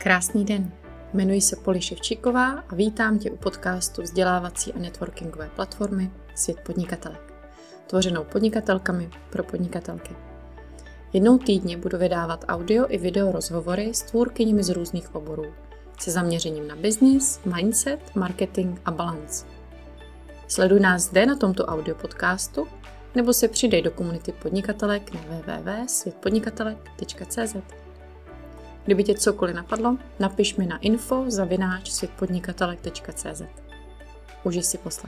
Krásný den, jmenuji se Poli Ševčíková a vítám tě u podcastu vzdělávací a networkingové platformy Svět podnikatelek, tvořenou podnikatelkami pro podnikatelky. Jednou týdně budu vydávat audio i video rozhovory s tvůrkyněmi z různých oborů, se zaměřením na business, mindset, marketing a balance. Sleduj nás zde na tomto audio podcastu nebo se přidej do komunity podnikatelek na www.světpodnikatelek.cz. Kdyby tě cokoliv napadlo, napiš mi na info@světpodnikatelek.cz. Užij si poslech.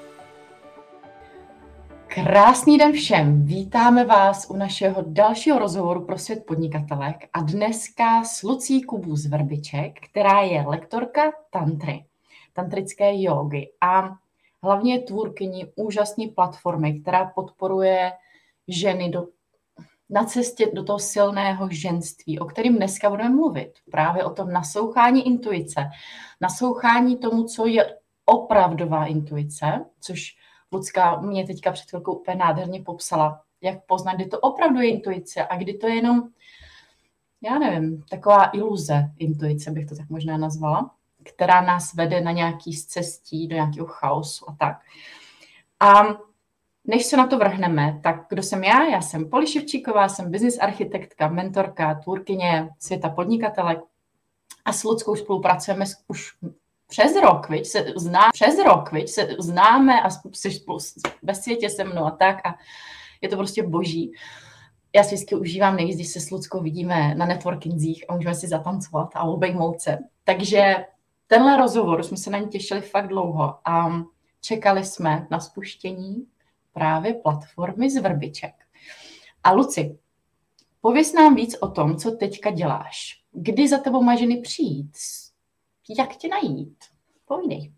Krásný den všem, vítáme vás u našeho dalšího rozhovoru pro Svět podnikatelek a dneska s Lucí Kubů z Vrbiček, která je lektorka tantry, tantrické jógy a hlavně tvůrkyní úžasné platformy, která podporuje ženy na cestě do toho silného ženství, o kterém dneska budeme mluvit. Právě o tom naslouchání intuice, naslouchání tomu, co je opravdová intuice, což Lucka mě teďka před chvilkou úplně nádherně popsala, jak poznat, kdy to opravdu je intuice a kdy to je jenom, já nevím, taková iluze intuice, bych to tak možná nazvala, která nás vede na nějaký cestí, do nějakého chaosu a tak. A než se na to vrhneme, tak kdo jsem já? Já jsem Poli Ševčíková, jsem business architektka, mentorka, tvůrkyně Světa podnikatelek a s Luckou spolupracujeme už přes rok, se známe a jsi ve světě se mnou a tak a je to prostě boží. Já si vždycky užívám nejvíc, když se s Luckou vidíme na networkingzích a můžeme si zatancovat a obejmout se. Takže tenhle rozhovor, jsme se na ně těšili fakt dlouho a čekali jsme na spuštění právě platformy z Vrbiček. A Luci, pověz nám víc o tom, co teďka děláš. Kdy za tebou má ženy přijít? Jak tě najít? Povídej.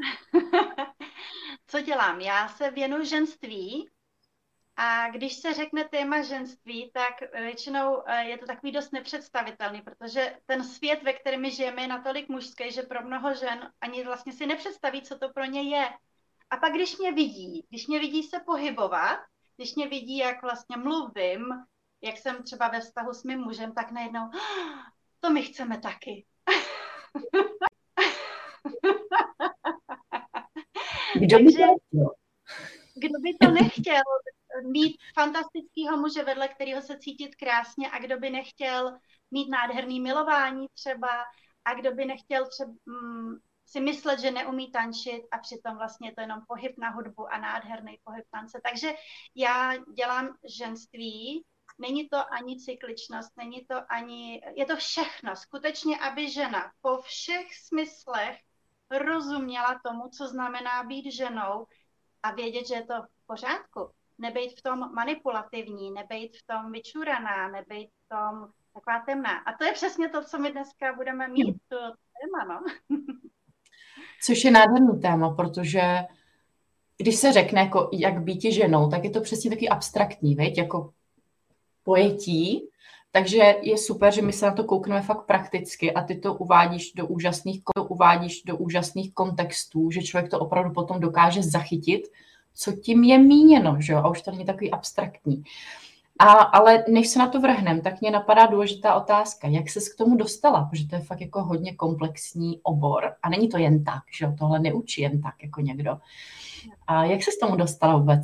Co dělám? Já se věnuju ženství a když se řekne téma ženství, tak většinou je to takový dost nepředstavitelný, protože ten svět, ve kterém my žijeme, je natolik mužský, že pro mnoho žen ani vlastně si nepředstaví, co to pro ně je. A pak, když mě vidí se pohybovat, když mě vidí, jak vlastně mluvím, jak jsem třeba ve vztahu s mým mužem, tak najednou, to my chceme taky. Kdo by to nechtěl mít fantastického muže, vedle kterého se cítit krásně a kdo by nechtěl mít nádherný milování třeba a kdo by nechtěl třeba si myslet, že neumí tančit a přitom vlastně je to jenom pohyb na hudbu a nádherný pohyb tance. Takže já dělám ženství, není to ani cykličnost, není to ani, je to všechno. Skutečně, aby žena po všech smyslech rozuměla tomu, co znamená být ženou a vědět, že je to v pořádku. Nebejt v tom manipulativní, nebejt v tom vyčuraná, nebejt v tom taková temná. A to je přesně to, co my dneska budeme mít, to téma, no. Což je nádherný téma, protože když se řekne, jako, jak být ženou, tak je to přesně taky abstraktní, veď? Jako pojetí, takže je super, že my se na to koukneme fakt prakticky a ty to uvádíš do úžasných kontextů, že člověk to opravdu potom dokáže zachytit, co tím je míněno, že jo? A už to není takový abstraktní. Ale než se na to vrhnem, tak mě napadá důležitá otázka. Jak ses k tomu dostala? Protože to je fakt jako hodně komplexní obor a není to jen tak, že jo? Tohle neučí jen tak jako někdo. A jak ses k tomu dostala vůbec?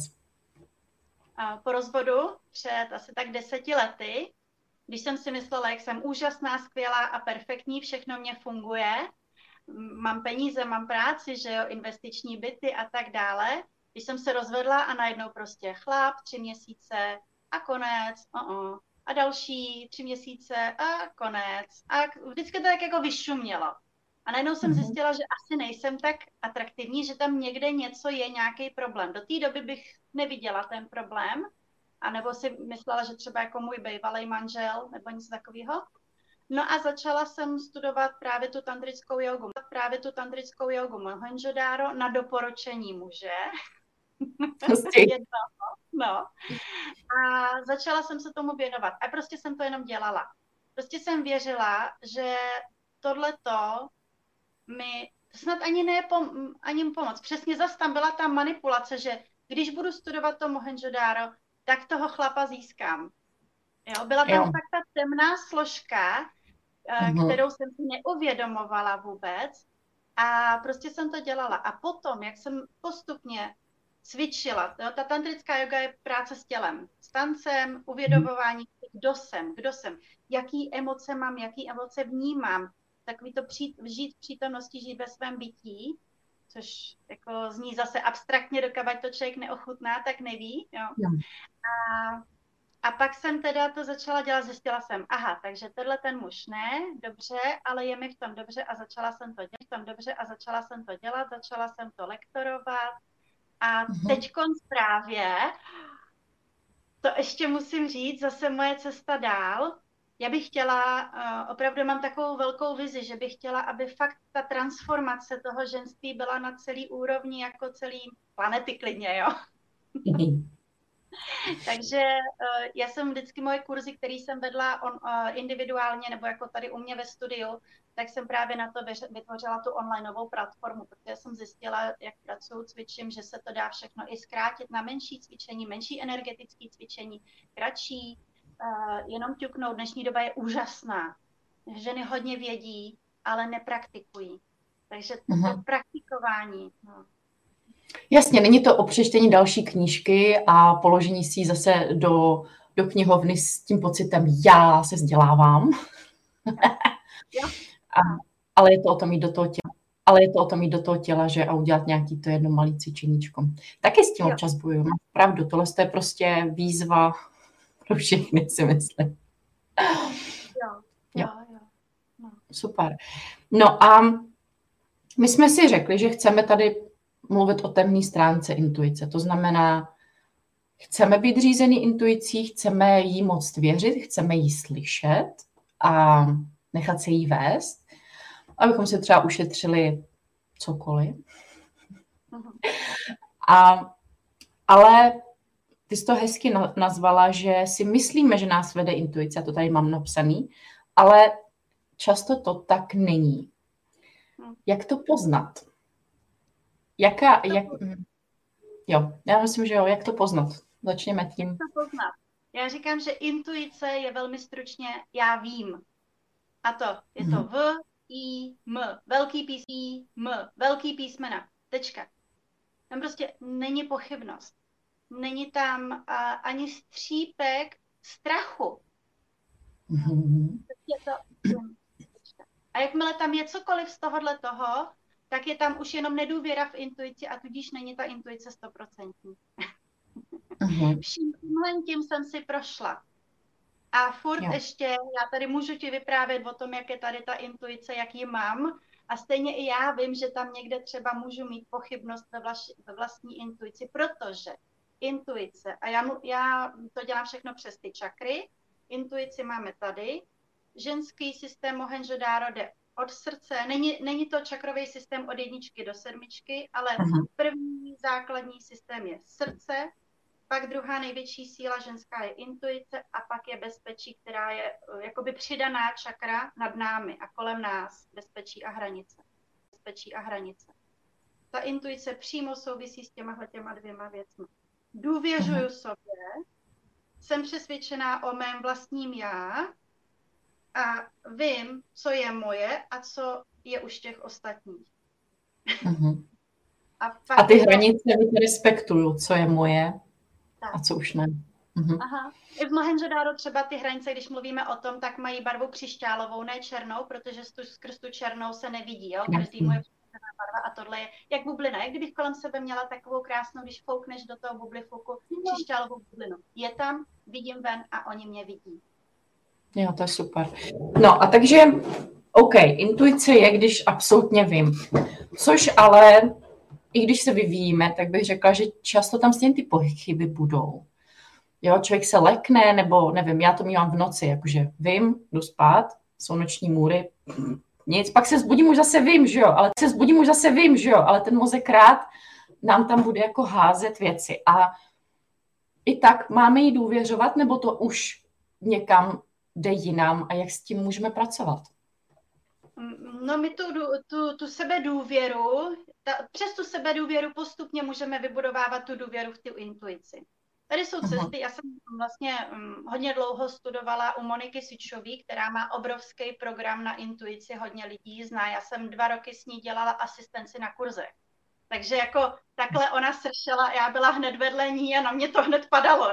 Po rozvodu před asi tak 10 lety, když jsem si myslela, jak jsem úžasná, skvělá a perfektní, všechno mě funguje, mám peníze, mám práci, že jo, investiční byty a tak dále. Když jsem se rozvedla a najednou prostě chlap, 3 měsíce a konec, a další 3 měsíce a konec. A vždycky to tak jako vyšumělo. A najednou jsem zjistila, že asi nejsem tak atraktivní, že tam někde něco je, nějaký problém. Do té doby bych neviděla ten problém, anebo si myslela, že třeba jako můj bývalý manžel, nebo něco takového. No a začala jsem studovat právě tu tantrickou jogu Mohenjo-daro na doporučení muže. No. A začala jsem se tomu věnovat. A prostě jsem to jenom dělala. Prostě jsem věřila, že tohleto mi snad ani pomoct. Přesně zas tam byla ta manipulace, že když budu studovat to Mohenjo-daro, tak toho chlapa získám. Jo, byla tam tak ta temná složka, kterou jsem si neuvědomovala vůbec. A prostě jsem to dělala. A potom, jak jsem postupně cvičila, ta tantrická yoga je práce s tělem, s tancem, uvědomování, kdo jsem, jaký emoce mám, jaký emoce vnímám, takový to žít v přítomnosti, žít ve svém bytí, což jako zní zase abstraktně, dokud to člověk neochutná, tak neví. Jo. A pak jsem teda to začala dělat, zjistila jsem, aha, takže tenhle ten muž ne, dobře, ale je mi v tom dobře a začala jsem to dělat, začala jsem to lektorovat a teďkon právě, to ještě musím říct, zase moje cesta dál, já bych chtěla, opravdu mám takovou velkou vizi, že bych chtěla, aby fakt ta transformace toho ženství byla na celý úrovni, jako celý planety klidně, jo. Takže já jsem vždycky moje kurzy, které jsem vedla individuálně nebo jako tady u mě ve studiu, tak jsem právě na to vytvořila tu onlineovou platformu, protože jsem zjistila, jak pracuji, cvičím, že se to dá všechno i zkrátit na menší cvičení, menší energetické cvičení, kratší, jenom ťuknout. Dnešní doba je úžasná. Ženy hodně vědí, ale nepraktikují. Takže to praktikování. No. Jasně, není to o přečtení další knížky a položení si ji zase do knihovny s tím pocitem, já se vzdělávám. Ale je to o tom jít do toho těla. Že a udělat nějaký to jedno malý cvičeníčko. Taky s tím občas bojuju. Mám pravdu, tohle je prostě výzva pro všechny, si myslím. Jo. Super. No a my jsme si řekli, že chceme tady mluvit o temné stránce intuice. To znamená, chceme být řízený intuicí, chceme jí moc věřit, chceme jí slyšet a nechat se jí vést, abychom si třeba ušetřili cokoliv. Ale ty jsi to hezky nazvala, že si myslíme, že nás vede intuice, já to tady mám napsaný, ale často to tak není. Jak to poznat? Já myslím, že jo, jak to poznat? Začněme tím. Jak to poznat? Já říkám, že intuice je velmi stručně já vím. A to je to V, I, M. Velký písmena. Tečka. Tam prostě není pochybnost. Není tam ani střípek strachu. A jakmile tam je cokoliv z tohohle toho, tak je tam už jenom nedůvěra v intuici a tudíž není ta intuice 100%. Vším tím jsem si prošla. A furt ještě, já tady můžu ti vyprávět o tom, jak je tady ta intuice, jak ji mám. A stejně i já vím, že tam někde třeba můžu mít pochybnost ve vlastní intuici, protože intuice, a já to dělám všechno přes ty čakry, intuici máme tady, ženský systém Mohenjo-Daro jde od srdce, není to čakrový systém od 1 do 7, ale první základní systém je srdce, pak druhá největší síla ženská je intuice a pak je bezpečí, která je jakoby přidaná čakra nad námi a kolem nás, bezpečí a hranice. Ta intuice přímo souvisí s těma dvěma věcmi. Důvěřuju sobě, jsem přesvědčená o mém vlastním já a vím, co je moje a co je už těch ostatních. A ty hranice respektuju, co je moje a co už ne. Aha. I v Mohenjo-Daro třeba ty hranice, když mluvíme o tom, tak mají barvu křišťálovou, ne černou, protože skrz tu černou se nevidí, jo? Každý můj barva a tohle je jak bublina. Jak kdybych kolem sebe měla takovou krásnou, když foukneš do toho bublifuku, křišťálovou bublinu. Je tam, vidím ven a oni mě vidí. Jo, to je super. No a takže, OK, intuice je, když absolutně vím. Což ale, i když se vyvíjíme, tak bych řekla, že často tam stejně ty pochyby budou. Jo, člověk se lekne, nebo nevím, já to mívám v noci, jakože vím, jdu spát, jsou noční můry, nic, pak se zbudím už zase vím, že jo, ale ten mozek rád nám tam bude jako házet věci. A i tak máme jí důvěřovat, nebo to už někam jde jinam a jak s tím můžeme pracovat? No my tu sebedůvěru, přes tu sebedůvěru postupně můžeme vybudovávat tu důvěru v tu intuici. Tady jsou cesty, já jsem vlastně hodně dlouho studovala u Moniky Sičové, která má obrovský program na intuici, hodně lidí ji zná. Já jsem 2 roky s ní dělala asistenci na kurzech. Takže jako takhle ona sršela, já byla hned vedle ní a na mě to hned padalo.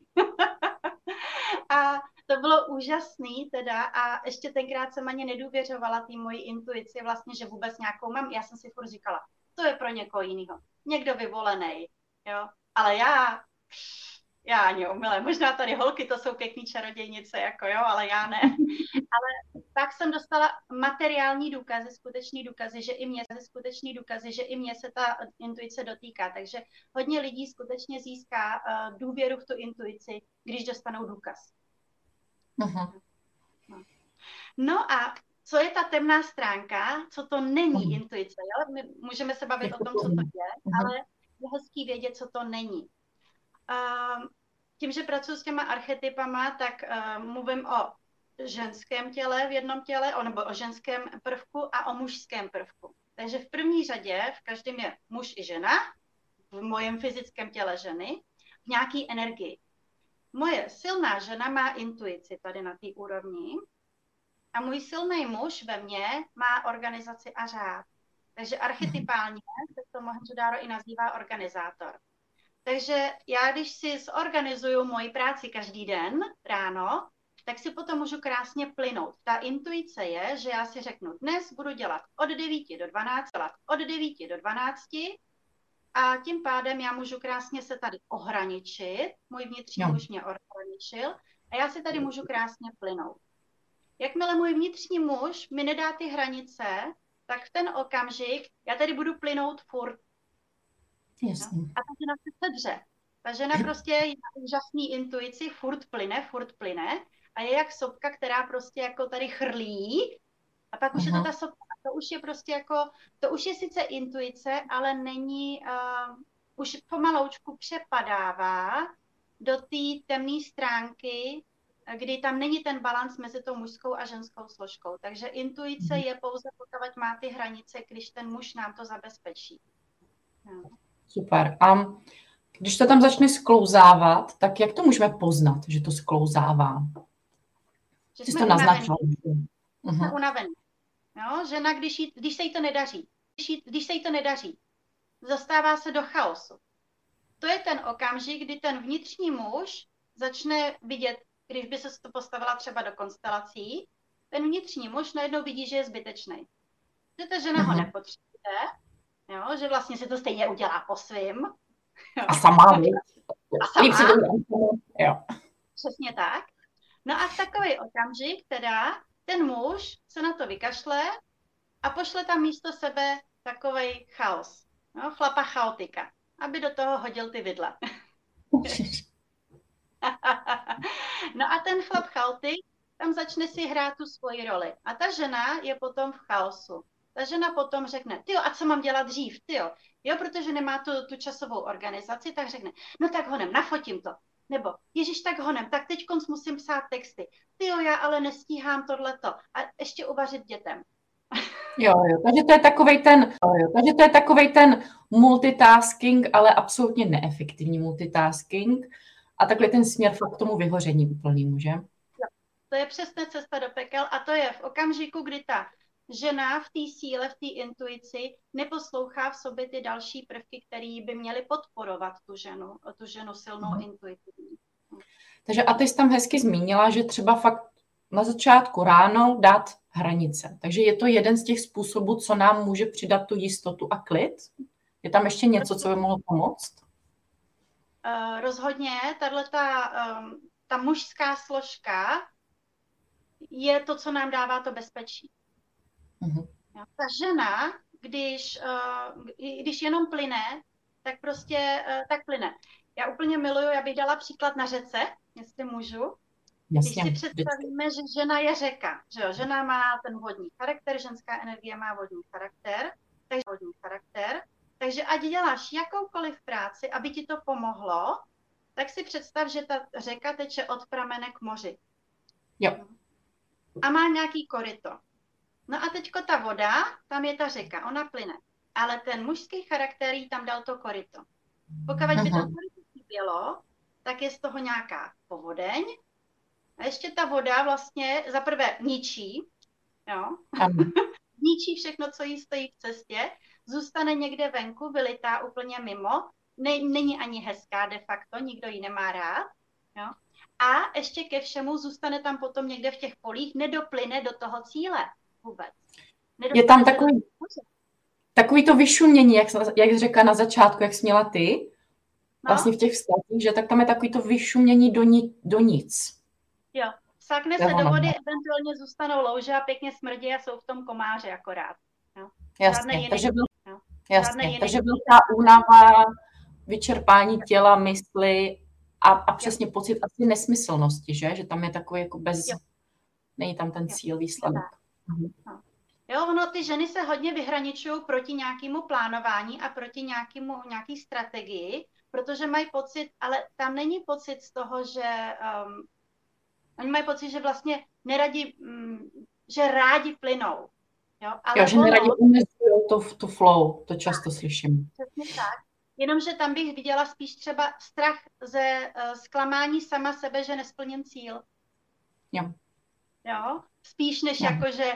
A to bylo úžasný teda a ještě tenkrát jsem ani nedůvěřovala té mojí intuici vlastně, že vůbec nějakou mám. Já jsem si furt říkala, to je pro někoho jiného. Někdo vyvolený, jo. Ale já ani omylé. Možná tady holky, to jsou pěkný čarodějnice, jako jo, ale já ne. Ale pak jsem dostala materiální důkazy, skutečný důkazy, že i mě se ta intuice dotýká. Takže hodně lidí skutečně získá důvěru v tu intuici, když dostanou důkaz. Uh-huh. No a co je ta temná stránka, co to není intuice? Jo? My můžeme se bavit o tom, co to je, ale je hezký vědět, co to není. Tím, že pracuji s těma archetypama, tak mluvím o ženském těle v jednom těle, nebo o ženském prvku a o mužském prvku. Takže v první řadě v každém je muž i žena, v mojem fyzickém těle ženy, v nějaký energii. Moje silná žena má intuici tady na té úrovni a můj silný muž ve mně má organizaci a řád. Takže archetypálně se to Mohenjo-daro i nazývá organizátor. Takže já, když si zorganizuju moji práci každý den ráno, tak si potom můžu krásně plynout. Ta intuice je, že já si řeknu, dnes budu dělat od 9 do 12 a tím pádem já můžu krásně se tady ohraničit. Můj vnitřní muž mě ohraničil a já si tady můžu krásně plynout. Jakmile můj vnitřní muž mi nedá ty hranice, tak v ten okamžik já tady budu plynout furt. Jasně. A ta žena se sedře. Ta žena prostě je na úžasný intuici, furt plyne a je jak sopka, která prostě jako tady chrlí a pak už je to ta sopka. To už je prostě jako, to už je sice intuice, ale není, už pomaloučku přepadává do té temné stránky, kdy tam není ten balans mezi tou mužskou a ženskou složkou. Takže intuice je pouze, pokud má ty hranice, když ten muž nám to zabezpečí. No. Super. A když to tam začne sklouzávat, tak jak to můžeme poznat, že to sklouzává? Že jsme unavení. No, žena, když se jí to nedaří, zastává se do chaosu. To je ten okamžik, kdy ten vnitřní muž začne vidět, když by se to postavila třeba do konstelací, ten vnitřní muž najednou vidí, že je zbytečný. Že ta žena ho nepotřebuje, jo, že vlastně si to stejně udělá po svým. Jo. A sama. Jo. Přesně tak. No a v takový okamžik teda ten muž se na to vykašle a pošle tam místo sebe takovej chaos. No, chlapa chaotika, aby do toho hodil ty vidle. No a ten chlap chaotik tam začne si hrát tu svoji roli. A ta žena je potom v chaosu. Ta žena potom řekne, tyjo, a co mám dělat dřív, tyjo? Jo, protože nemá tu časovou organizaci, tak řekne, no tak honem, nafotím to. Nebo, ježiš, tak honem, tak teď musím psát texty. Tyjo, já ale nestíhám tohleto. A ještě uvařit dětem. Jo, takže to je takovej ten multitasking, ale absolutně neefektivní multitasking. A takhle ten směr fakt k tomu vyhoření úplnému, že? Jo, to je přesně cesta do pekel a to je v okamžiku, kdy ta žena v té síle, v té intuici neposlouchá v sobě ty další prvky, které by měly podporovat tu ženu silnou intuitivní. Takže a ty jsi tam hezky zmínila, že třeba fakt na začátku ráno dát hranice. Takže je to jeden z těch způsobů, co nám může přidat tu jistotu a klid? Je tam ještě něco, co by mohlo pomoct? Rozhodně, ta mužská složka je to, co nám dává to bezpečí. Ta žena, když jenom plyne, tak prostě tak plyne. Já úplně miluju, já bych dala příklad na řece, jestli můžu. Jasně, když si představíme, že žena je řeka, že jo, žena má ten vodní charakter, ženská energie má vodní charakter, takže ať děláš jakoukoliv práci, aby ti to pomohlo, tak si představ, že ta řeka teče od pramene k moři. Jo. A má nějaký koryto. No a teďko ta voda, tam je ta řeka, ona plyne. Ale ten mužský charakter jí tam dal to koryto. Pokud by to koryto chybělo, tak je z toho nějaká povodeň. A ještě ta voda vlastně zaprvé ničí, jo? Ničí všechno, co jí stojí v cestě, zůstane někde venku, vylitá úplně mimo, není ani hezká de facto, nikdo ji nemá rád. Jo? A ještě ke všemu zůstane tam potom někde v těch polích, nedoplyne do toho cíle vůbec. Je tam takový to vyšumění, jak jsi řekla na začátku, jak jsi měla ty, vlastně v těch vztazích, že tak tam je takový to vyšumění do nic. Jo, sákne se do vody, eventuálně zůstanou louže a pěkně smrdí a jsou v tom komáři akorát. Jo. Jasně, takže velká únava, vyčerpání těla, mysli a přesně pocit asi nesmyslnosti, že tam je takový jako není tam ten cíl, výsledek. Jo, ty ženy se hodně vyhraničují proti nějakému plánování a proti nějaký strategii, protože mají pocit, ale tam není pocit z toho, že oni mají pocit, že vlastně neradi, že rádi plynou. Jo, ale že neradi omezují tu flow, to často slyším. Přesně tak. Jenomže tam bych viděla spíš třeba strach ze zklamání sama sebe, že nesplním cíl. Jo? Spíš než jako, že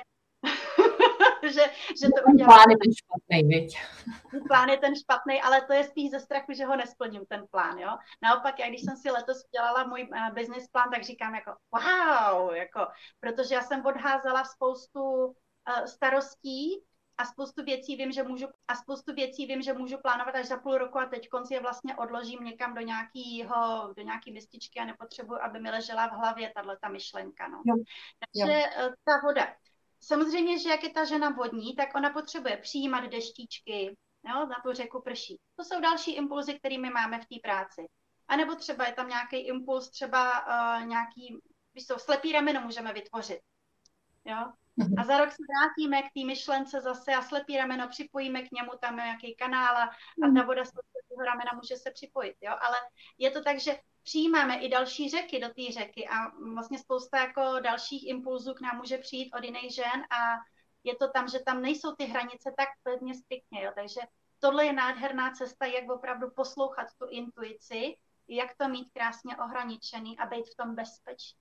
že to udělám. Plán je ten špatný, viď? Plán je ten špatný, ale to je spíš ze strachu, že ho nesplním, ten plán, jo. Naopak, když jsem si letos udělala můj business plán, tak říkám jako wow, protože já jsem odházela spoustu starostí a spoustu věcí vím, že můžu plánovat až za půl roku a teď konci je vlastně odložím někam do nějaký mističky a nepotřebuji, aby mi ležela v hlavě ta myšlenka, no. Takže ta voda. Samozřejmě, že jak je ta žena vodní, tak ona potřebuje přijímat deštíčky, jo, na tu řeku prší. To jsou další impulzy, které my máme v té práci. A nebo třeba je tam nějaký impuls, třeba slepý rameno můžeme vytvořit. Jo? A za rok se vrátíme k té myšlence zase a slepý rameno připojíme k němu, tam je nějaký kanál a ta voda z toho ramena může se připojit. Jo? Ale je to tak, že přijímáme i další řeky do té řeky a vlastně spousta jako dalších impulzů k nám může přijít od jiných žen a je to tam, že tam nejsou ty hranice tak pevně striktně. Jo? Takže tohle je nádherná cesta, jak opravdu poslouchat tu intuici, jak to mít krásně ohraničený a být v tom bezpečí.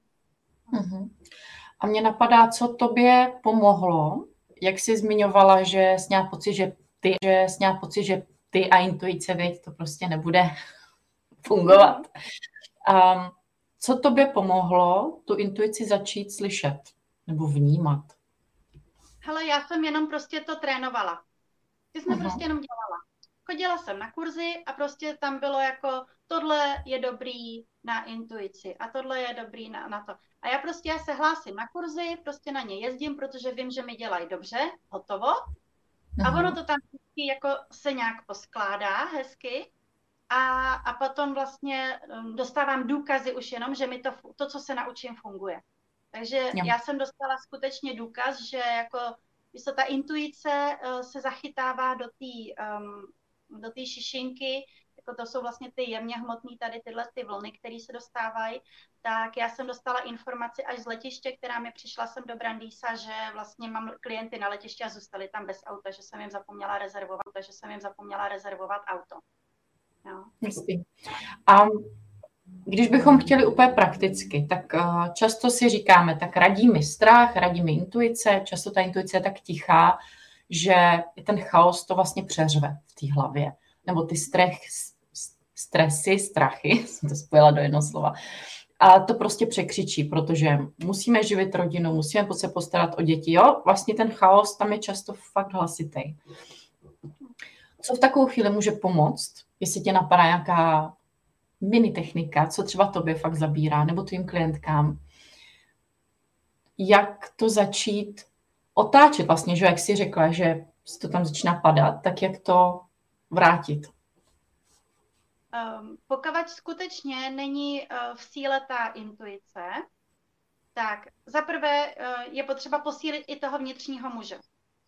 A mě napadá, co tobě pomohlo, jak jsi zmiňovala, že jsi měla pocit, že ty a intuice, viď, to prostě nebude fungovat. Co tobě pomohlo tu intuici začít slyšet nebo vnímat? Hele, já jsem jenom prostě to trénovala. Ty jsem prostě jenom dělala. Chodila jsem na kurzy a prostě tam bylo jako tohle je dobrý na intuici a tohle je dobrý na to. A já se hlásím na kurzy, prostě na ně jezdím, protože vím, že mi dělají dobře, hotovo. A ono to tam vždycky jako se nějak poskládá hezky. A potom vlastně dostávám důkazy už jenom, že mi to, co se naučím, funguje. Takže já jsem dostala skutečně důkaz, že jako ta intuice se zachytává do té šišinky, jako to jsou vlastně ty jemně hmotné tady tyhle ty vlny, které se dostávají, tak já jsem dostala informaci až z letiště, která mi přišla sem do Brandýsa, že vlastně mám klienty na letišti a zůstali tam bez auta, že jsem jim zapomněla rezervovat auto. No. A když bychom chtěli úplně prakticky, tak často si říkáme, tak radí mi strach, radí mi intuice, často ta intuice je tak tichá, že ten chaos to vlastně přeřve v té hlavě. Nebo ty strachy, jsem to spojila do jednoho slova, a to prostě překřičí, protože musíme živit rodinu, musíme se postarat o děti. Jo, vlastně ten chaos tam je často fakt hlasitý. Co v takovou chvíli může pomoct, jestli tě napadá nějaká mini technika, co třeba tobě fakt zabírá, nebo tvým klientkám, jak to začít otáčet vlastně, že jak jsi řekla, že se to tam začíná padat, tak jak to vrátit? Pokud skutečně není v síle ta intuice, tak zaprvé je potřeba posílit i toho vnitřního muže.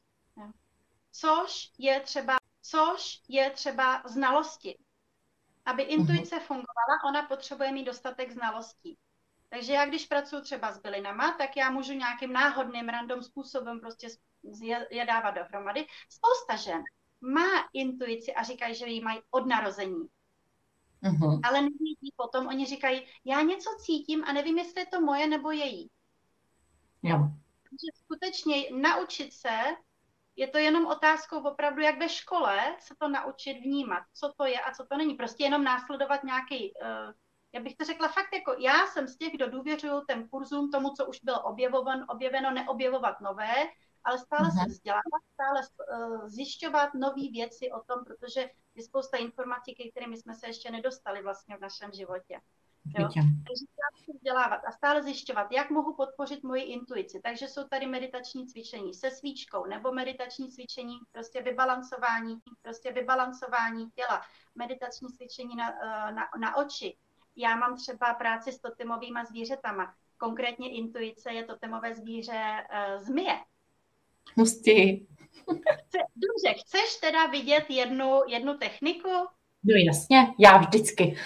Což je třeba znalosti. Aby intuice fungovala, ona potřebuje mít dostatek znalostí. Takže já, když pracuji třeba s bylinama, tak já můžu nějakým náhodným random způsobem prostě je dávat dohromady. Spousta žen má intuici a říkají, že ji mají od narození. Ale nevědí potom, oni říkají, já něco cítím a nevím, jestli je to moje nebo její. Jo. Takže skutečně naučit se, je to jenom otázkou opravdu, jak ve škole se to naučit vnímat, co to je a co to není. Prostě jenom následovat nějaký, já bych to řekla fakt jako, já jsem z těch, kdo důvěřují těm kurzům, tomu, co už bylo objeveno, neobjevovat nové, ale stále se vzdělávat, stále zjišťovat nové věci o tom, protože je spousta informací, ke kterým jsme se ještě nedostali vlastně v našem životě. Jo? Takže stále se vzdělávat a stále zjišťovat, jak mohu podpořit moji intuici. Takže jsou tady meditační cvičení se svíčkou nebo meditační cvičení, prostě vybalancování těla, meditační cvičení na oči. Já mám třeba práci s totemovými zvířatama. Konkrétně intuice je totemové zvíře zmije. Hustý. Dobře, chceš teda vidět jednu techniku? No jasně, já vždycky.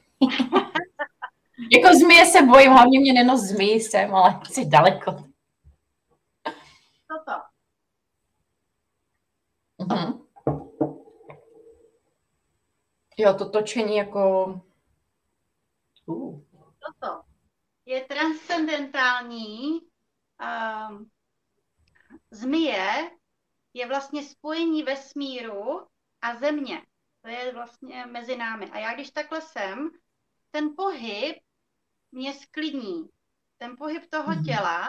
Jako zmije se bojím, hlavně mě nenos zmijí sem, ale jsi daleko. Toto. Jo, to točení jako... Toto je transcendentální. Zmije je vlastně spojení vesmíru a země. To je vlastně mezi námi. A já když takhle jsem, ten pohyb mě sklidní. Ten pohyb toho těla,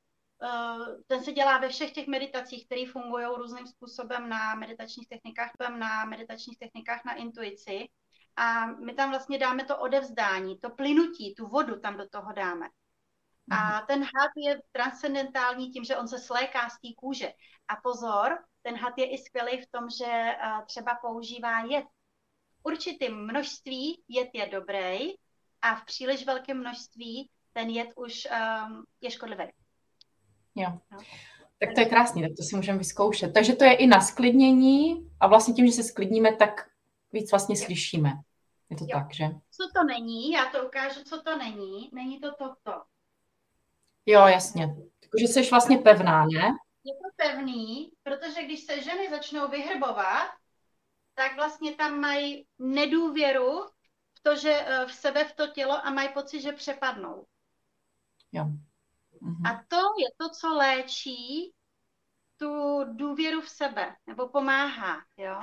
ten se dělá ve všech těch meditacích, které fungují různým způsobem na meditačních technikách na intuici. A my tam vlastně dáme to odevzdání, to plynutí, tu vodu tam do toho dáme. A ten had je transcendentální tím, že on se sléká z té kůže. A pozor, ten had je i skvělý v tom, že třeba používá jed. V určitém množství jed je dobrý a v příliš velkém množství ten jed už je škodlivý. Jo. Tak to je krásný, tak to si můžeme vyzkoušet. Takže to je i na sklidnění a vlastně tím, že se sklidníme, tak víc vlastně slyšíme. Je to tak, že? Co to není? Já to ukážu, co to není. Není to toto. Jo, jasně. Takže jsi vlastně pevná, ne? Je to pevný, protože když se ženy začnou vyhrbovat, tak vlastně tam mají nedůvěru v to, že v sebe, v to tělo a mají pocit, že přepadnou. Jo. A to je to, co léčí tu důvěru v sebe, nebo pomáhá,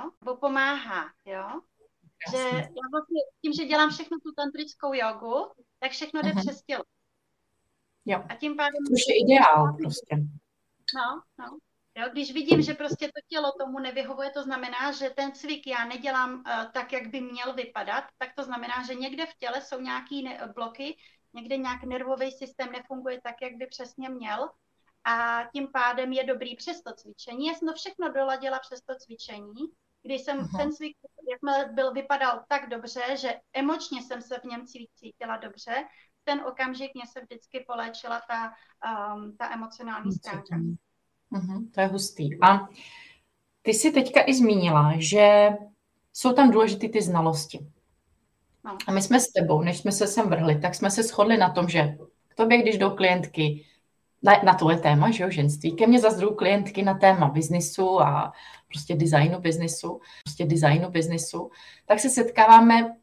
jo? Že já vlastně tím, že dělám všechno tu tantrickou jogu, tak všechno jde přes tělo. Jo. A tím pádem... Což je ideál prostě. No. Jo, když vidím, že prostě to tělo tomu nevyhovuje, to znamená, že ten cvik já nedělám tak, jak by měl vypadat, tak to znamená, že někde v těle jsou nějaký bloky, někde nějak nervový systém nefunguje tak, jak by přesně měl a tím pádem je dobrý přes to cvičení. Já jsem to všechno doladila přes to cvičení, když jsem ten cvik, jak vypadal tak dobře, že emočně jsem se v něm cítila dobře, ten okamžik mě se vždycky poléčila ta emocionální stránka. To je hustý. A ty jsi teďka i zmínila, že jsou tam důležité ty znalosti. No. A my jsme s tebou, než jsme se sem vrhli, tak jsme se shodli na tom, že k tobě, když jdou klientky na tohle téma, že jo, ženství, ke mně zase jdou klientky na téma biznisu a prostě designu biznisu, tak se setkáváme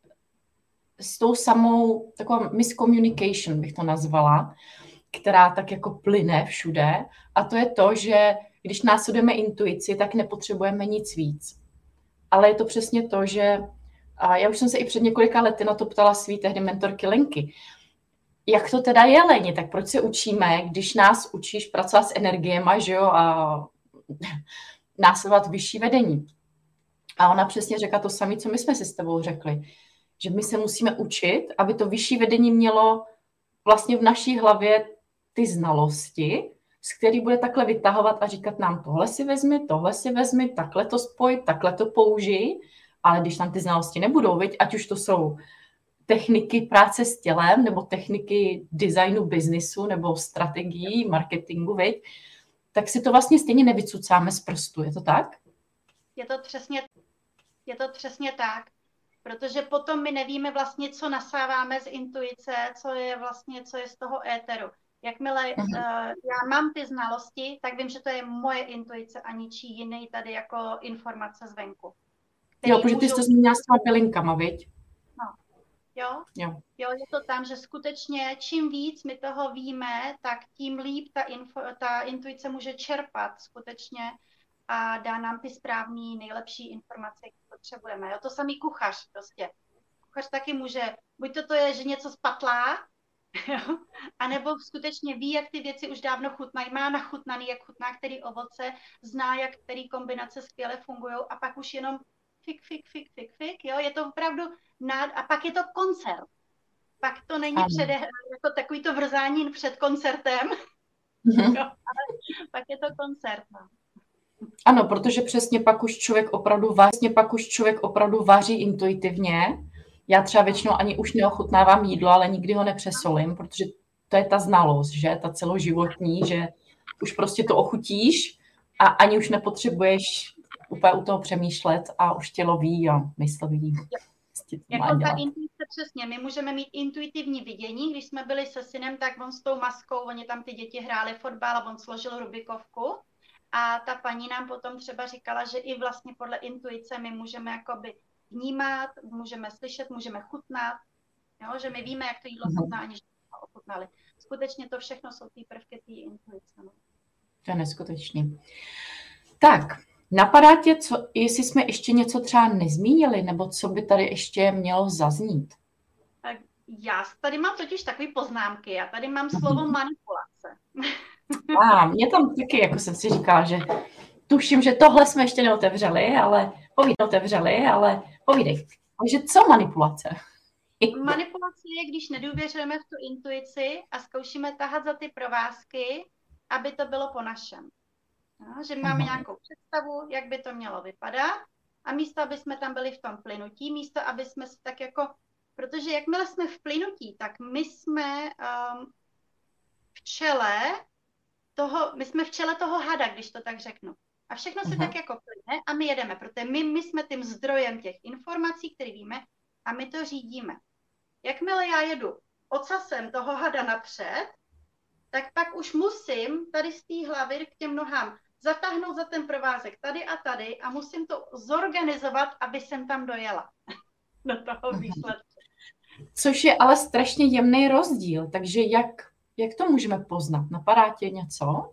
s tou samou, takovou miscommunication bych to nazvala, která tak jako plyne všude. A to je to, že když následujeme intuici, tak nepotřebujeme nic víc. Ale je to přesně to, že a já už jsem se i před několika lety na to ptala svý tehdy mentorky Lenky. Jak to teda je, Leni? Tak proč se učíme, když nás učíš pracovat s energiema, že jo, a následovat vyšší vedení? A ona přesně řekla to samé, co my jsme si s tebou řekli. Že my se musíme učit, aby to vyšší vedení mělo vlastně v naší hlavě ty znalosti, z kterých bude takhle vytahovat a říkat nám tohle si vezmi, takhle to spoj, takhle to použij, ale když tam ty znalosti nebudou, viď, ať už to jsou techniky práce s tělem, nebo techniky designu biznisu, nebo strategií, marketingu, viď, tak si to vlastně stejně nevycucáme z prstu, je to tak? Je to přesně tak. Protože potom my nevíme vlastně, co nasáváme z intuice, co je z toho éteru. Jakmile já mám ty znalosti, tak vím, že to je moje intuice a ničí jiný tady jako informace zvenku. Jo, protože ty jsi to zmínila s těma bylinkama, viď? Jo, je to tam, že skutečně čím víc my toho víme, tak tím líp ta intuice může čerpat skutečně a dá nám ty správný, nejlepší informace, které potřebujeme. Jo, to samý kuchař prostě. Kuchař taky může, buď to je, že něco spatlá, jo, anebo skutečně ví, jak ty věci už dávno chutnají, má nachutnaný, jak chutná který ovoce, zná, jak který kombinace skvěle fungují a pak už jenom fik, jo, je to opravdu a pak je to koncert. Pak to není jako takový to vrzání před koncertem, jo, ale pak je to koncert. No. Ano, protože přesně pak už člověk opravdu vaří intuitivně. Já třeba většinou ani už neochutnávám jídlo, ale nikdy ho nepřesolím, protože to je ta znalost, že? Ta celoživotní, že už prostě to ochutíš a ani už nepotřebuješ úplně u toho přemýšlet a už tělo ví a mysl ví. Jako ta intuice přesně, my můžeme mít intuitivní vidění, když jsme byli se synem, tak on s tou maskou, oni tam ty děti hráli fotbal a on složil Rubikovku a ta paní nám potom třeba říkala, že i vlastně podle intuice my můžeme jakoby vnímat, můžeme slyšet, můžeme chutnat, jo? Že my víme, jak to jídlo chutná, aniž jsme ho ochutnali. Skutečně to všechno jsou ty prvky té intuice. No. To je neskutečný. Tak, napadá tě, jestli jsme ještě něco třeba nezmínili, nebo co by tady ještě mělo zaznít? Tak já tady mám totiž takové poznámky. Já tady mám slovo manipulace. Mě tam taky, jako jsem si říkala, že tuším, že tohle jsme ještě neotevřeli, ale povídej. Takže co manipulace? Manipulace je, když nedůvěřujeme v tu intuici a zkoušíme tahat za ty provázky, aby to bylo po našem. No, že máme nějakou představu, jak by to mělo vypadat a místo, aby jsme tam byli v tom plynutí, místo, aby jsme si tak jako, protože jakmile jsme v plynutí, tak my jsme v čele toho hada, když to tak řeknu. A všechno se tak jako plyne a my jedeme, protože my jsme tím zdrojem těch informací, které víme a my to řídíme. Jakmile já jedu ocasem toho hada napřed, tak pak už musím tady z té hlavy k těm nohám zatáhnout za ten provázek tady a musím to zorganizovat, aby jsem tam dojela do toho výsledku. Což je ale strašně jemný rozdíl, takže jak to můžeme poznat? Napadá tě něco?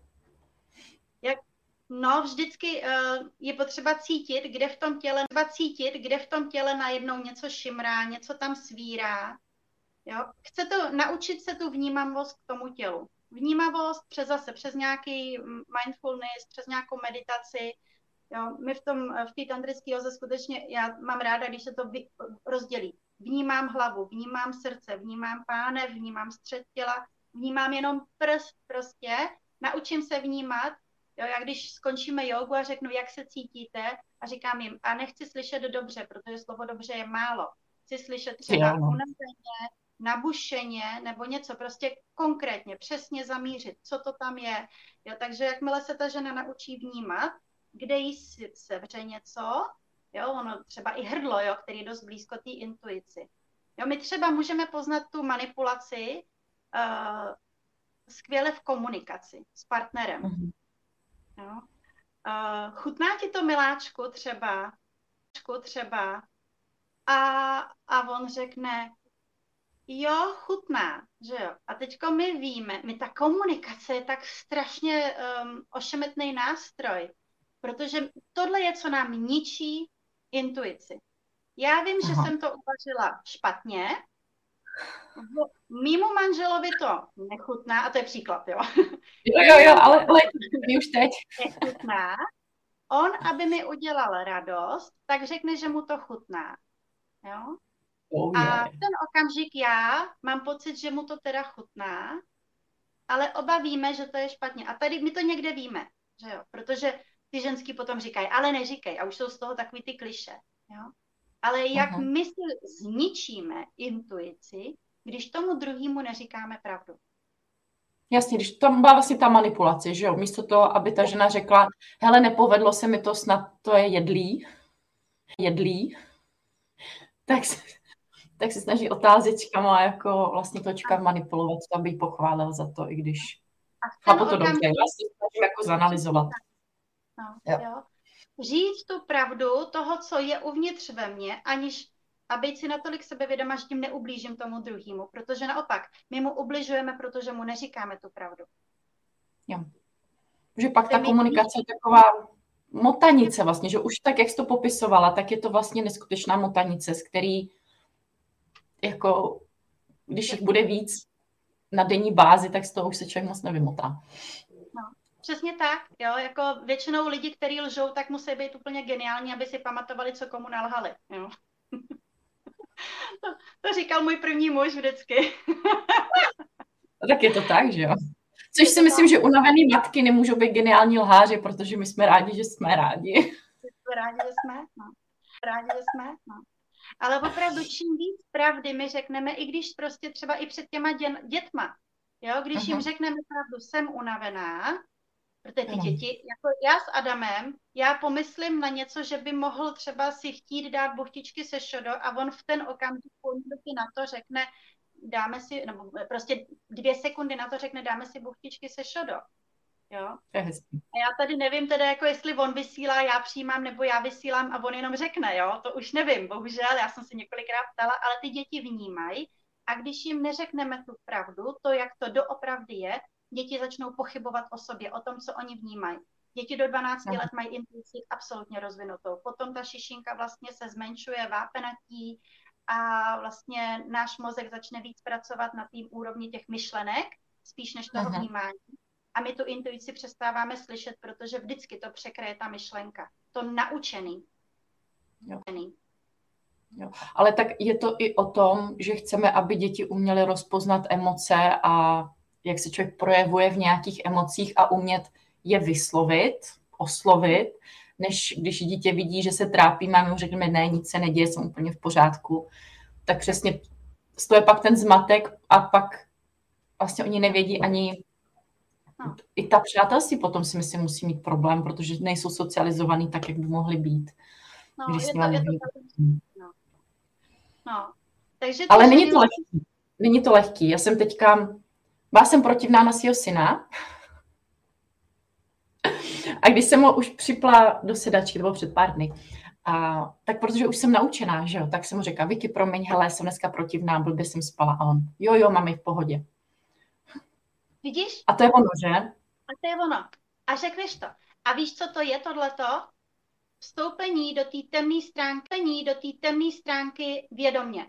No, vždycky je potřeba cítit, kde v tom těle najednou něco šimrá, něco tam svírá. Jo? Chce to naučit se tu vnímavost k tomu tělu. Vnímavost přes nějaký mindfulness, přes nějakou meditaci. Jo? My v té tantrické józe skutečně, já mám ráda, když se to rozdělí. Vnímám hlavu, vnímám srdce, vnímám pánev, vnímám střed těla, vnímám jenom prst prostě. Naučím se vnímat. Jo, já když skončíme jogu a řeknu, jak se cítíte, a říkám jim, a nechci slyšet dobře, protože slovo dobře je málo. Chci slyšet třeba unaveně, nabušeně, nebo něco prostě konkrétně, přesně zamířit, co to tam je. Jo, takže jakmile se ta žena naučí vnímat, kde jí sevře něco, jo, ono třeba i hrdlo, jo, který je dost blízko té intuici. Jo, my třeba můžeme poznat tu manipulaci skvěle v komunikaci s partnerem. Jo. Chutná ti to, miláčku, třeba a on řekne, jo, chutná, že jo. A teďko my víme, ta komunikace je tak strašně ošemetný nástroj, protože tohle je, co nám ničí intuici. Já vím, že jsem to uvařila špatně, mýmu manželovi to nechutná, a to je příklad, jo. Jo, ale už teď. Nechutná. On, aby mi udělal radost, tak řekne, že mu to chutná. Jo? A v ten okamžik já mám pocit, že mu to teda chutná, ale oba víme, že to je špatně. A tady my to někde víme, že jo? Protože ty ženský potom říkají, ale neříkej. A už jsou z toho takový ty klišé. Jo? Ale jak my si zničíme intuici, když tomu druhému neříkáme pravdu. Jasně, když tam byla vlastně ta manipulace, že jo? Místo toho, aby ta žena řekla, hele, nepovedlo se mi to, snad to je jedlý, tak se snaží otázečkama jako vlastně točka manipulovat, aby ji pochválil za to, i když chápu to dobře, vlastně snažím jako zanalizovat. No, jo. Říct tu pravdu toho, co je uvnitř ve mně, a být si natolik sebevědomá, že tím neublížím tomu druhému, protože naopak, my mu ubližujeme, protože mu neříkáme tu pravdu. Jo. Že pak ta komunikace je taková motanice vlastně, že už tak, jak jsi to popisovala, tak je to vlastně neskutečná motanice, z který jako, když jich bude víc na denní bázi, tak z toho už se člověk moc nevymotá. No, přesně tak, jo, jako většinou lidi, kteří lžou, tak musí být úplně geniální, aby si pamatovali, co komu nalhali, jo. To říkal můj první muž vždycky. Tak je to tak, že jo? Což si myslím, že unavený matky nemůžou být geniální lháři, protože my jsme rádi, že jsme rádi. Jsme rádi, že jsme, no. Rádi, že jsme, no. Ale opravdu, čím víc pravdy my řekneme, i když prostě třeba i před těma dětma, jo, když jim řekneme pravdu, jsem unavená, protože ty děti, jako já s Adamem, já pomyslím na něco, že by mohl třeba si chtít dát buchtičky se šodo a on v ten okamžik na to řekne, dáme si, nebo prostě 2 sekundy na to řekne, dáme si buchtičky se šodo. Jo? To je hezký. A já tady nevím teda, jako jestli on vysílá, já přijímám, nebo já vysílám a on jenom řekne, jo? To už nevím, bohužel, já jsem se několikrát ptala, ale ty děti vnímají a když jim neřekneme tu pravdu, to, jak to doopravdy je, děti začnou pochybovat o sobě, o tom, co oni vnímají. Děti do 12 let mají intuici absolutně rozvinutou. Potom ta šišinka vlastně se zmenšuje, vápenatí a vlastně náš mozek začne víc pracovat na té úrovni těch myšlenek, spíš než toho vnímání. A my tu intuici přestáváme slyšet, protože vždycky to překryje ta myšlenka. To naučený. Jo. Jo. Ale tak je to i o tom, že chceme, aby děti uměly rozpoznat emoce a jak se člověk projevuje v nějakých emocích a umět je vyslovit, oslovit, než když dítě vidí, že se trápíme a my mu řekneme, ne, nic se neděje, jsem úplně v pořádku. Tak přesně to je pak ten zmatek a pak vlastně oni nevědí ani i ta přátelství potom si myslím musí mít problém, protože nejsou socializovaný tak, jak by mohli být. No, Takže ale není to lehký. Není to lehký. Já jsem teďka, byla jsem protivná na svého syna a když jsem ho už připla do sedačky, to bylo před pár dny, tak protože už jsem naučená, že jo, tak jsem mu řekla, Vicky, promiň, hele, jsem dneska protivná, blbě jsem spala. A on, jo, mami, v pohodě. Vidíš? A to je ono, že? A to je ono. A řekneš to. A víš, co to je tohleto? Vstoupení do té temné stránky vědomě.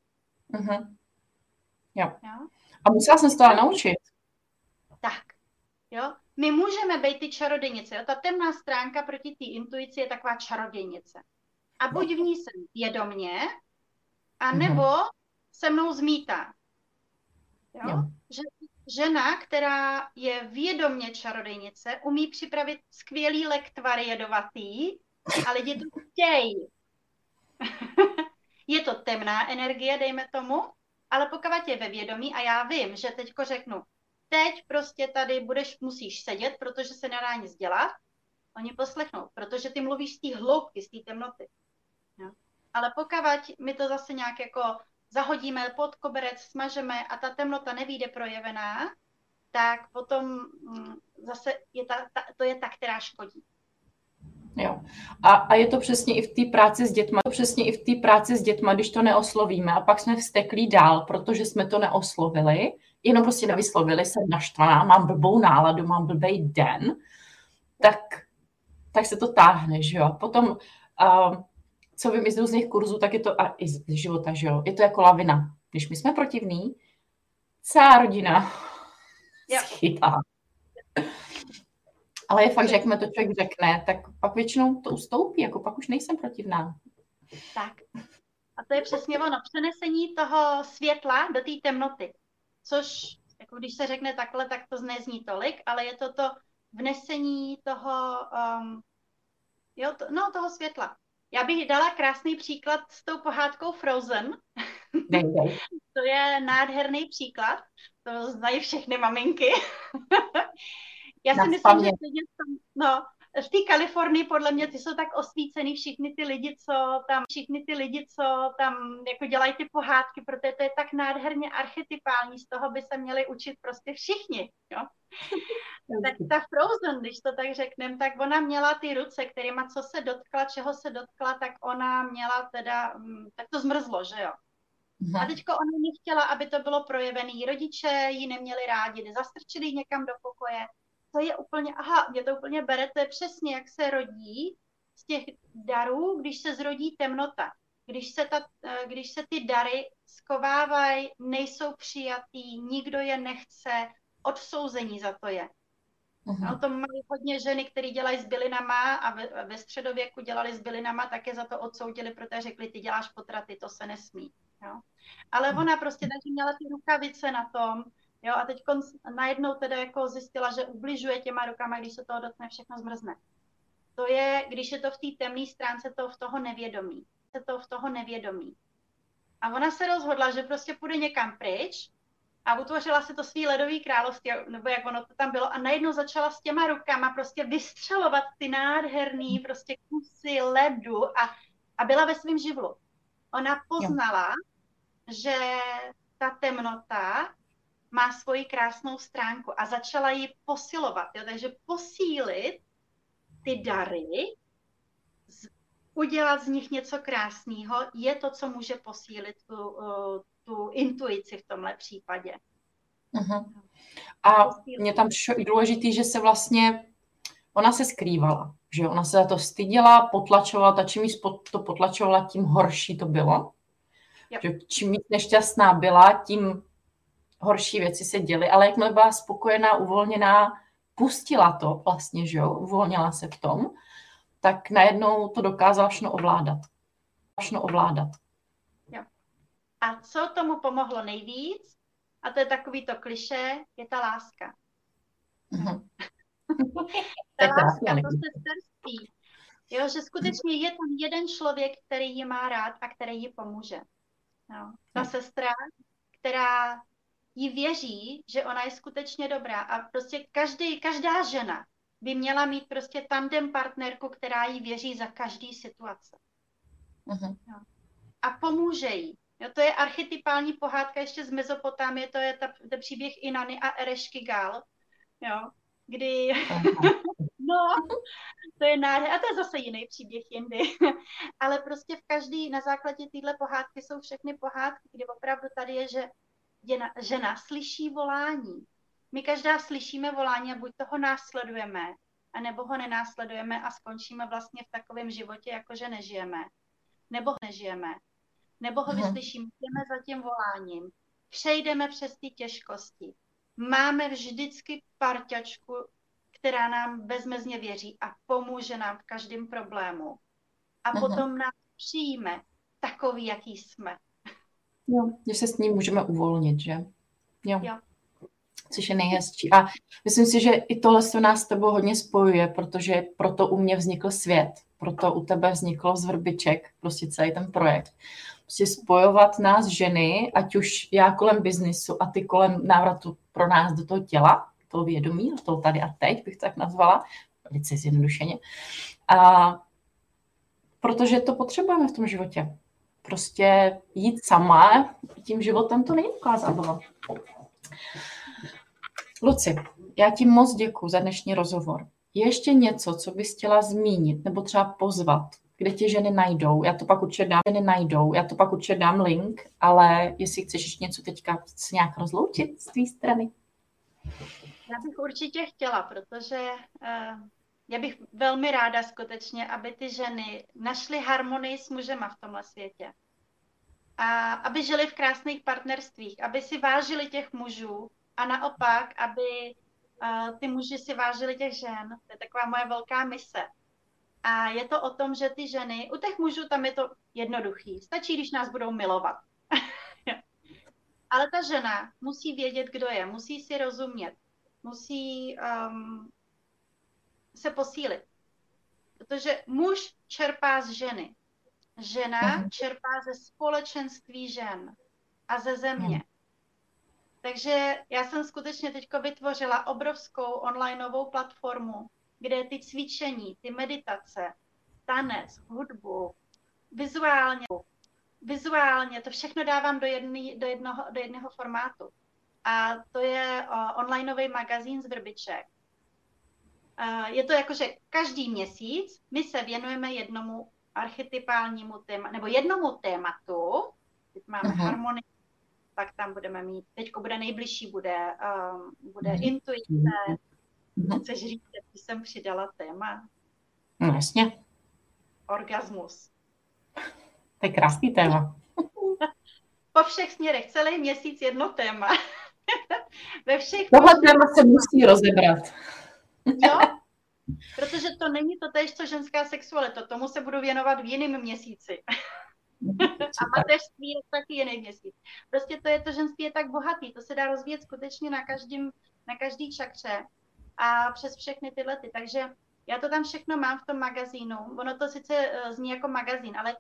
Jo. A musela jsem se to naučit. Tak. Jo? My můžeme být ty čarodějnice. Jo? Ta temná stránka proti té intuici je taková čarodějnice. A buď v ní jsem vědomě, anebo se mnou zmítá. Jo? Žena, která je vědomě čarodejnice, umí připravit skvělý lektvary jedovatý a lidi to chtějí. Je to temná energie, dejme tomu, ale pokud je ve vědomí a já vím, že teďko řeknu, teď prostě tady musíš sedět, protože se nedá nic dělat, oni poslechnou, protože ty mluvíš z té hloubky, z té temnoty. Jo? Ale pokud mi to zase nějak jako zahodíme pod koberec, smažeme a ta temnota nevyjde projevená, tak potom zase to je ta, která škodí. Jo. A je to přesně i v té práci s dětma, když to neoslovíme a pak jsme vzteklí dál, protože jsme to neoslovili, jenom prostě nevyslovili, jsem naštvaná, mám blbou náladu, mám blbej den, tak se to táhne, že jo. A potom, co vím i z různých kurzů, tak je to, a i z života, že jo, je to jako lavina. Když my jsme protivní, celá rodina schytá. Ale je fakt, že jak mi to člověk řekne, tak pak většinou to ustoupí, jako pak už nejsem protivná. Tak. A to je přesně ono, přenesení toho světla do té temnoty. Což, jako když se řekne takhle, tak to nezní tolik, ale je to vnesení toho, toho světla. Já bych dala krásný příklad s tou pohádkou Frozen. To je nádherný příklad. To znají všechny maminky. Já si myslím, že v té Kalifornii podle mě ty jsou tak osvícený všichni ty lidi, co tam jako dělají ty pohádky, protože to je tak nádherně archetypální, z toho by se měli učit prostě všichni, jo. Tak ta Frozen, když to tak řekneme, tak ona měla ty ruce, kterýma co se dotkla, čeho se dotkla, tak ona měla teda, tak to zmrzlo, že jo. A teďko ona nechtěla, aby to bylo projevený. Rodiče ji neměli rádi, zastrčili ji někam do pokoje. To je úplně, mě to úplně bere, to je přesně, jak se rodí z těch darů, když se zrodí temnota. Když se ty dary skovávají, nejsou přijatý, nikdo je nechce, odsouzení za to je. A o tom mají hodně ženy, které dělají s bylinama a ve středověku dělali s bylinama, také za to odsoudili, protože řekli, ty děláš potraty, to se nesmí. Jo. Ale ona prostě takže měla ty rukavice na tom, jo, a teď najednou teda jako zjistila, že ubližuje těma rukama, když se toho dotkne, všechno zmrzne. To je, když je to v té temné stránce, to v toho nevědomí. A ona se rozhodla, že prostě půjde někam pryč a utvořila se to svý ledový království, nebo jak ono to tam bylo, a najednou začala s těma rukama prostě vystřelovat ty nádherný prostě kusy ledu a byla ve svém živlu. Ona poznala, že ta temnota má svoji krásnou stránku a začala ji posilovat. Jo? Takže posílit ty dary, udělat z nich něco krásného, je to, co může posílit tu intuici v tomhle případě. A mě tam důležitý, že se vlastně, ona se skrývala, že ona se za to styděla, potlačovala, ta čím to potlačovala, tím horší to bylo. Že čím víc nešťastná byla, tím horší věci se děly, ale jakmile byla spokojená, uvolněná, pustila to vlastně, že jo, uvolnila se v tom, tak najednou to dokázala všechno ovládat. Jo. A co tomu pomohlo nejvíc, a to je takový to klišé, je ta láska. Ta láska, to sesterství. Jo, že skutečně je tam jeden člověk, který ji má rád a který ji pomůže. Jo. Ta sestra, která jí věří, že ona je skutečně dobrá a prostě každá žena by měla mít prostě tandem partnerku, která jí věří za každý situace. Jo. A pomůže jí. Jo, to je archetypální pohádka ještě z Mezopotámie, to je ten příběh Inanny a Ereškigal, jo, kdy to je nádherné, a to je zase jiný příběh jindy, ale prostě na základě téhle pohádky jsou všechny pohádky, kdy opravdu tady je, že žena slyší volání. My každá slyšíme volání a buď toho následujeme, anebo ho nenásledujeme a skončíme vlastně v takovém životě, jakože nežijeme. Nebo ho vyslyšíme, jdeme za tím voláním, přejdeme přes ty těžkosti. Máme vždycky parťačku, která nám bezmezně věří a pomůže nám v každém problému. A potom nás přijme takový, jaký jsme. Jo, že se s ním můžeme uvolnit, že? Jo. Což je nejhezčí. A myslím si, že i tohle se nás s tebou hodně spojuje, protože proto u mě vznikl svět, proto u tebe vzniklo z Vrbiček, prostě celý ten projekt. Prostě spojovat nás ženy, ať už já kolem biznisu a ty kolem návratu pro nás do toho těla, toho vědomí, do toho tady a teď bych tak nazvala, velice zjednodušeně. A protože to potřebujeme v tom životě. Prostě jít sama, tím životem to není taková zábava. Luci, já ti moc děkuju za dnešní rozhovor. Je ještě něco, co bys chtěla zmínit nebo třeba pozvat, kde tě ženy najdou? Já to pak určitě dám link, ale jestli chceš ještě něco teďka se nějak rozloučit z tvý strany. Já bych určitě chtěla, protože já bych velmi ráda skutečně, aby ty ženy našly harmonii s mužema v tomhle světě. A aby žili v krásných partnerstvích, aby si vážili těch mužů a naopak, aby ty muži si vážili těch žen. To je taková moje velká mise. A je to o tom, že ty ženy, u těch mužů tam je to jednoduchý. Stačí, když nás budou milovat. Ale ta žena musí vědět, kdo je, musí si rozumět, musí se posílit. Protože muž čerpá z ženy. Žena čerpá ze společenství žen a ze země. Takže já jsem skutečně teďko vytvořila obrovskou onlineovou platformu, kde ty cvičení, ty meditace, tanec, hudbu, vizuálně, to všechno dávám do jednoho formátu. A to je onlineový magazín z Vrbiček. Je to jako, že každý měsíc my se věnujeme jednomu archetypálnímu tématu, nebo jednomu tématu. Teď máme harmonii, pak tam budeme mít, teďko bude nejbližší, bude intuice. Chceš říct, že jsem přidala téma? No jasně. Orgasmus. To je krásný téma. Po všech směrech, celý měsíc jedno téma. Ve všech tohle téma se musí rozebrat. Jo, protože to není to též, co ženská sexualita. Tomu se budu věnovat v jiném měsíci. A mateřství je taky jiný měsíc. Prostě to ženství je tak bohatý, to se dá rozvíjet skutečně na každý čakře a přes všechny tyhle. Takže já to tam všechno mám v tom magazínu. Ono to sice zní jako magazín, ale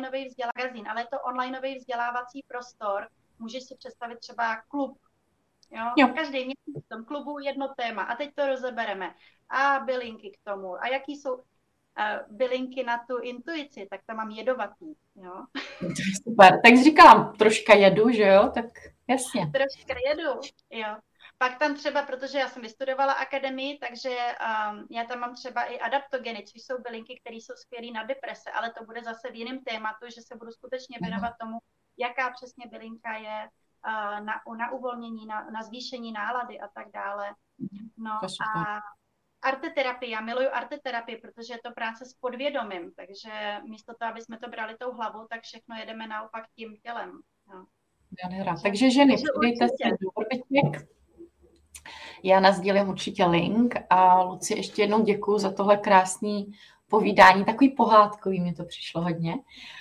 je to onlineový vzdělávací prostor. Můžeš si představit třeba klub. Jo? Každý měsíc v tom klubu jedno téma. A teď to rozebereme. A bylinky k tomu. A jaký jsou bylinky na tu intuici, tak tam mám jedovatý. Jo? Super. Tak říkám, troška jedu, že jo? Tak jasně. Troška jedu, jo. Pak tam třeba, protože já jsem vystudovala akademii, takže já tam mám třeba i adaptogeny, což jsou bylinky, které jsou skvělé na deprese, ale to bude zase v jiném tématu, že se budu skutečně věnovat tomu, jaká přesně bylinka je na uvolnění, na zvýšení nálady a tak dále. No a arteterapie, já miluju arteterapii, protože je to práce s podvědomím, takže místo toho, aby jsme to brali tou hlavou, tak všechno jedeme naopak tím tělem. No. Takže ženy, přidejte se do Vrbiček. Já nasdílím určitě link a Luci, ještě jednou děkuju za tohle krásné povídání, takový pohádkový mi to přišlo hodně.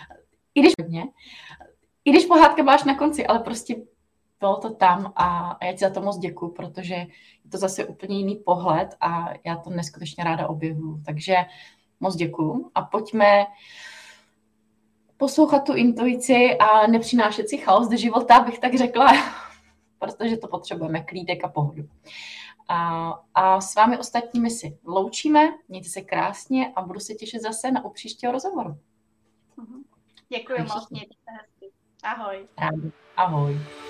I když pohádka máš na konci, ale prostě bylo to tam a já ti za to moc děkuju, protože je to zase úplně jiný pohled a já to neskutečně ráda objevuju. Takže moc děkuju a pojďme poslouchat tu intuici a nepřinášet si chaos do života, bych tak řekla, protože to potřebujeme, klídek a pohodu. A s vámi ostatními si loučíme, mějte se krásně a budu se těšit zase na příštího rozhovoru. Děkuji moc, mějte se hezky. Ahoj. Ahoj.